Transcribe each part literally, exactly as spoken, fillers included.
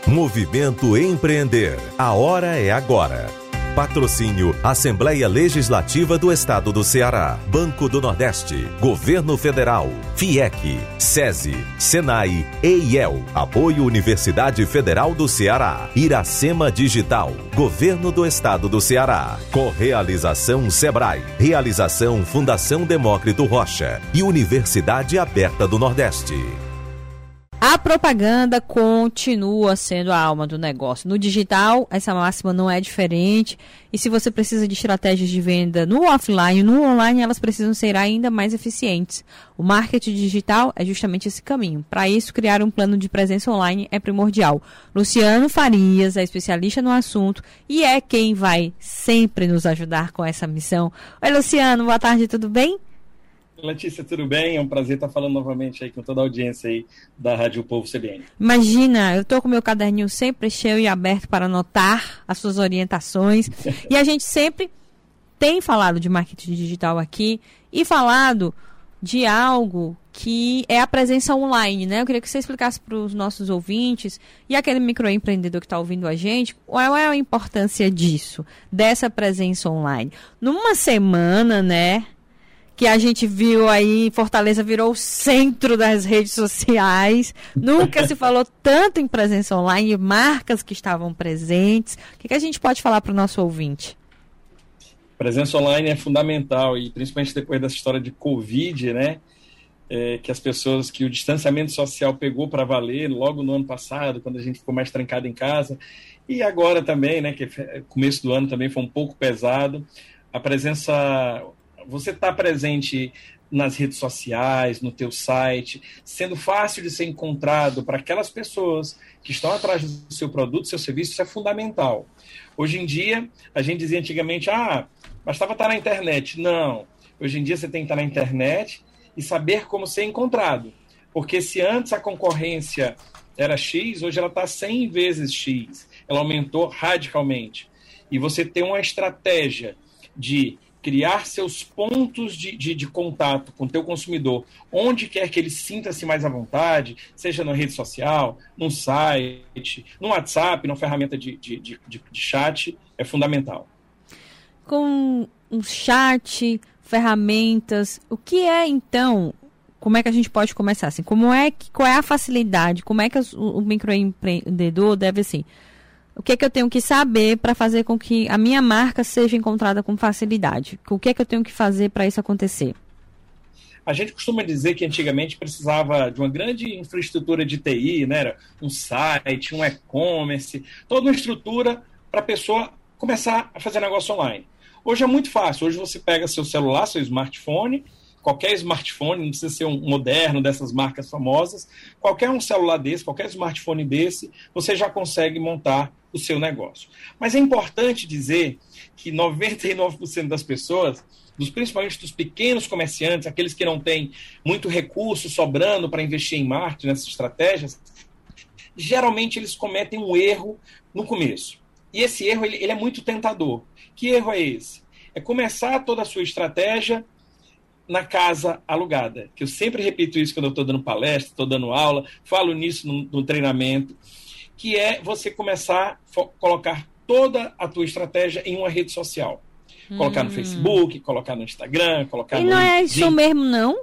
Movimento Empreender. A hora é agora. Patrocínio Assembleia Legislativa do Estado do Ceará, Banco do Nordeste, Governo Federal, FIEC, SESI, SENAI e I E L. Apoio Universidade Federal do Ceará, Iracema Digital, Governo do Estado do Ceará. Correalização Sebrae. Realização Fundação Demócrito Rocha e Universidade Aberta do Nordeste. A propaganda continua sendo a alma do negócio. No digital, essa máxima não é diferente. E se você precisa de estratégias de venda no offline, no online, elas precisam ser ainda mais eficientes. O marketing digital é justamente esse caminho. Para isso, criar um plano de presença online é primordial. Luciano Farias é especialista no assunto e é quem vai sempre nos ajudar com essa missão. Oi, Luciano, boa tarde, tudo bem? Letícia, tudo bem? É um prazer estar falando novamente aí com toda a audiência aí da Rádio Povo C B N. Imagina, eu estou com o meu caderninho sempre cheio e aberto para anotar as suas orientações. E a gente sempre tem falado de marketing digital aqui e falado de algo que é a presença online, né? Eu queria que você explicasse para os nossos ouvintes e aquele microempreendedor que está ouvindo a gente, qual é a importância disso, dessa presença online. Numa semana, né, que a gente viu aí, Fortaleza virou o centro das redes sociais. Nunca se falou tanto em presença online, marcas que estavam presentes. O que, que a gente pode falar para o nosso ouvinte? Presença online é fundamental, e principalmente depois dessa história de Covid, né? É, que as pessoas, que o distanciamento social pegou para valer logo no ano passado, quando a gente ficou mais trancado em casa. E agora também, né? Que começo do ano também foi um pouco pesado. A presença... Você está presente nas redes sociais, no teu site, sendo fácil de ser encontrado para aquelas pessoas que estão atrás do seu produto, do seu serviço, isso é fundamental. Hoje em dia, a gente dizia antigamente, ah, bastava estar na internet. Não, hoje em dia você tem que estar na internet e saber como ser encontrado. Porque se antes a concorrência era X, hoje ela está cem vezes X. Ela aumentou radicalmente. E você tem uma estratégia de criar seus pontos de, de, de contato com o teu consumidor, onde quer que ele sinta-se mais à vontade, seja na rede social, no site, no WhatsApp, na ferramenta de, de, de, de chat, é fundamental. Com um chat, ferramentas, o que é então, como é que a gente pode começar? Assim, como é que, qual é a facilidade, como é que o, o microempreendedor deve, assim, o que é que eu tenho que saber para fazer com que a minha marca seja encontrada com facilidade? O que é que eu tenho que fazer para isso acontecer? A gente costuma dizer que antigamente precisava de uma grande infraestrutura de T I, né? Um site, um e-commerce, toda uma estrutura para a pessoa começar a fazer negócio online. Hoje é muito fácil. Hoje você pega seu celular, seu smartphone, qualquer smartphone, não precisa ser um moderno dessas marcas famosas, qualquer um celular desse, qualquer smartphone desse, você já consegue montar o seu negócio. Mas é importante dizer que noventa e nove por cento das pessoas, dos, principalmente dos pequenos comerciantes, aqueles que não têm muito recurso sobrando para investir em marketing, nessas estratégias, geralmente eles cometem um erro no começo. E esse erro ele, ele é muito tentador. Que erro é esse? É começar toda a sua estratégia na casa alugada, que eu sempre repito isso quando eu estou dando palestra, estou dando aula, falo nisso no, no treinamento, que é você começar a colocar toda a tua estratégia em uma rede social. Hum. Colocar no Facebook, colocar no Instagram, colocar e no não LinkedIn. É isso mesmo, não?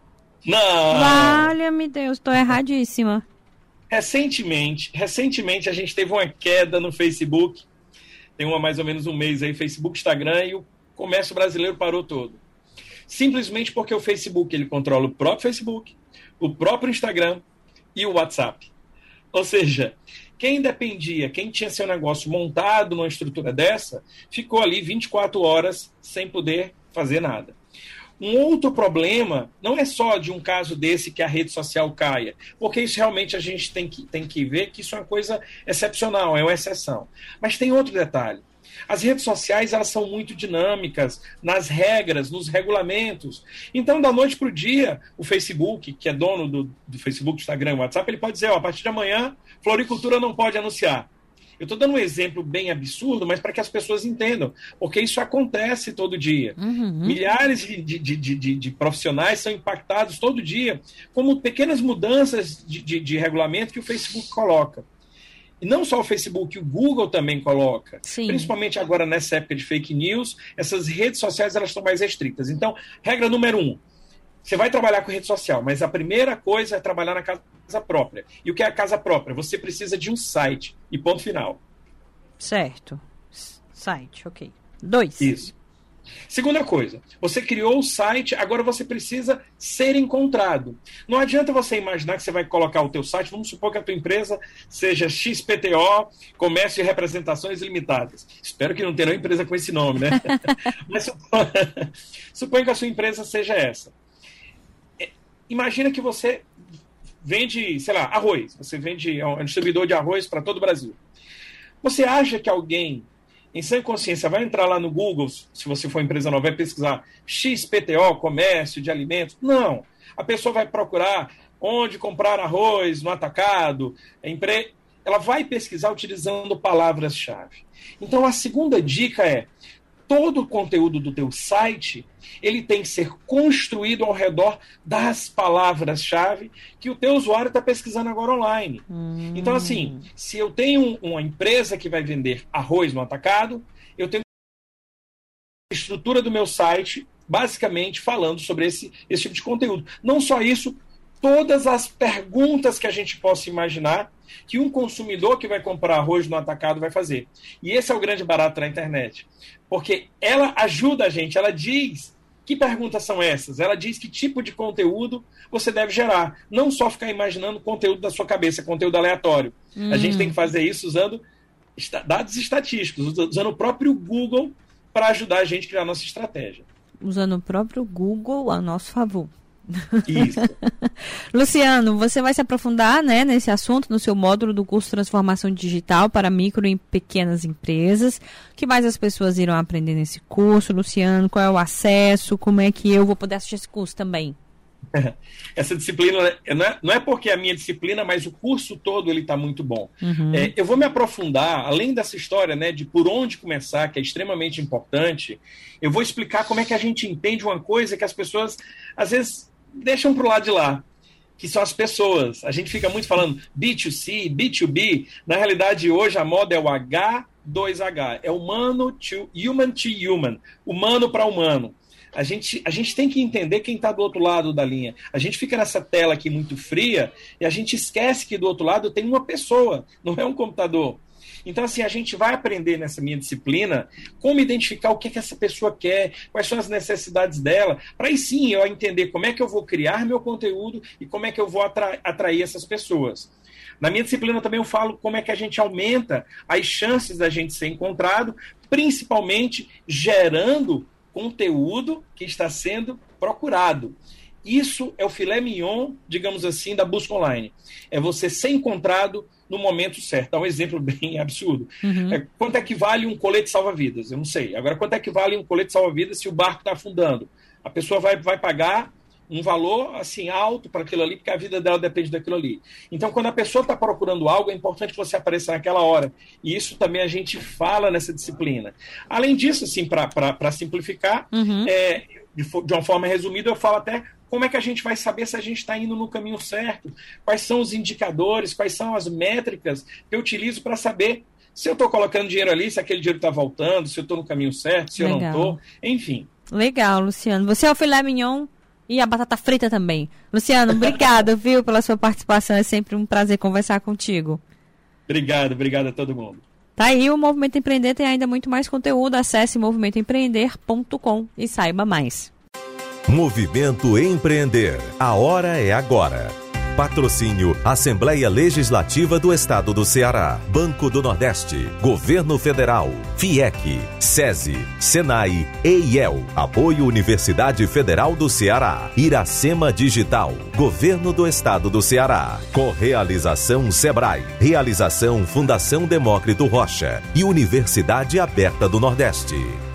Não! Valha-me Deus, estou erradíssima. Recentemente, recentemente a gente teve uma queda no Facebook, tem uma mais ou menos um mês aí, Facebook, Instagram, e o comércio brasileiro parou todo. Simplesmente porque o Facebook ele controla o próprio Facebook, o próprio Instagram e o WhatsApp. Ou seja, quem dependia, quem tinha seu negócio montado numa estrutura dessa, ficou ali vinte e quatro horas sem poder fazer nada. Um outro problema não é só de um caso desse que a rede social caia, porque isso realmente a gente tem que, tem que ver que isso é uma coisa excepcional, é uma exceção. Mas tem outro detalhe. As redes sociais elas são muito dinâmicas nas regras, nos regulamentos. Então, da noite para o dia, o Facebook, que é dono do, do Facebook, Instagram e WhatsApp, ele pode dizer, ó, a partir de amanhã, floricultura não pode anunciar. Eu estou dando um exemplo bem absurdo, mas para que as pessoas entendam, porque isso acontece todo dia. Uhum. Milhares de, de, de, de, de profissionais são impactados todo dia, como pequenas mudanças de, de, de regulamento que o Facebook coloca. E não só o Facebook, o Google também coloca. Sim. Principalmente agora nessa época de fake news, essas redes sociais elas estão mais restritas. Então, regra número um, você vai trabalhar com rede social, mas a primeira coisa é trabalhar na casa própria. E o que é a casa própria? Você precisa de um site. E ponto final. Certo. Site, ok. Dois. Isso. Segunda coisa, você criou o site, agora você precisa ser encontrado. Não adianta você imaginar que você vai colocar o teu site, vamos supor que a tua empresa seja X P T O, Comércio e Representações Limitadas. Espero que não tenha nenhuma empresa com esse nome, né? Mas suponha, suponha que a sua empresa seja essa. Imagina que você vende, sei lá, arroz. Você vende, é um distribuidor de arroz para todo o Brasil. Você acha que alguém em sã consciência vai entrar lá no Google, se você for empresa nova, vai pesquisar X P T O, comércio de alimentos? Não. A pessoa vai procurar onde comprar arroz no atacado. Empre... Ela vai pesquisar utilizando palavras-chave. Então, a segunda dica é, todo o conteúdo do teu site, ele tem que ser construído ao redor das palavras-chave que o teu usuário está pesquisando agora online. Hum. Então, assim, se eu tenho uma empresa que vai vender arroz no atacado, eu tenho a estrutura do meu site, basicamente, falando sobre esse, esse tipo de conteúdo. Não só isso, todas as perguntas que a gente possa imaginar que um consumidor que vai comprar arroz no atacado vai fazer. E esse é o grande barato da internet. Porque ela ajuda a gente, ela diz que perguntas são essas, ela diz que tipo de conteúdo você deve gerar. Não só ficar imaginando conteúdo da sua cabeça, conteúdo aleatório. Hum. A gente tem que fazer isso usando dados estatísticos, usando o próprio Google para ajudar a gente a criar a nossa estratégia. Usando o próprio Google a nosso favor. Isso. Luciano, você vai se aprofundar, né, nesse assunto no seu módulo do curso Transformação Digital para Micro e Pequenas Empresas. O que mais as pessoas irão aprender nesse curso, Luciano? Qual é o acesso? Como é que eu vou poder assistir esse curso também? Essa disciplina, não é, não é porque é a minha disciplina, mas o curso todo ele está muito bom. Uhum. É, eu vou me aprofundar, além dessa história, né, de por onde começar, que é extremamente importante, eu vou explicar como é que a gente entende uma coisa que as pessoas, às vezes, deixam para o lado de lá, que são as pessoas. A gente fica muito falando B dois C, B dois B. Na realidade, hoje a moda é o H dois H. É humano to human to human. Humano para humano. A gente, a gente tem que entender quem está do outro lado da linha. A gente fica nessa tela aqui muito fria e a gente esquece que do outro lado tem uma pessoa, não é um computador. Então, assim, a gente vai aprender nessa minha disciplina como identificar o que, que essa pessoa quer, quais são as necessidades dela, para aí sim eu entender como é que eu vou criar meu conteúdo e como é que eu vou atra- atrair essas pessoas. Na minha disciplina também eu falo como é que a gente aumenta as chances da gente ser encontrado, principalmente gerando conteúdo que está sendo procurado. Isso é o filé mignon, digamos assim, da busca online. É você ser encontrado no momento certo. Dá um exemplo bem absurdo. Uhum. É, quanto é que vale um colete salva-vidas? Eu não sei. Agora, quanto é que vale um colete salva-vidas se o barco está afundando? A pessoa vai, vai pagar um valor assim alto para aquilo ali, porque a vida dela depende daquilo ali. Então, quando a pessoa está procurando algo, é importante que você apareça naquela hora. E isso também a gente fala nessa disciplina. Além disso, assim, para simplificar, uhum. é, de, de uma forma resumida, eu falo até como é que a gente vai saber se a gente está indo no caminho certo, quais são os indicadores, quais são as métricas que eu utilizo para saber se eu estou colocando dinheiro ali, se aquele dinheiro está voltando, se eu estou no caminho certo, se Legal. eu não estou, enfim. Legal, Luciano. Você é o filé mignon e a batata frita também. Luciano, obrigado, viu, pela sua participação. É sempre um prazer conversar contigo. Obrigado, obrigado a todo mundo. Tá aí, o Movimento Empreender tem ainda muito mais conteúdo. Acesse movimento empreender ponto com e saiba mais. Movimento Empreender. A hora é agora. Patrocínio Assembleia Legislativa do Estado do Ceará, Banco do Nordeste, Governo Federal, FIEC, SESI, SENAI e I E L. Apoio Universidade Federal do Ceará, Iracema Digital, Governo do Estado do Ceará. Correalização Sebrae. Realização Fundação Demócrito Rocha e Universidade Aberta do Nordeste.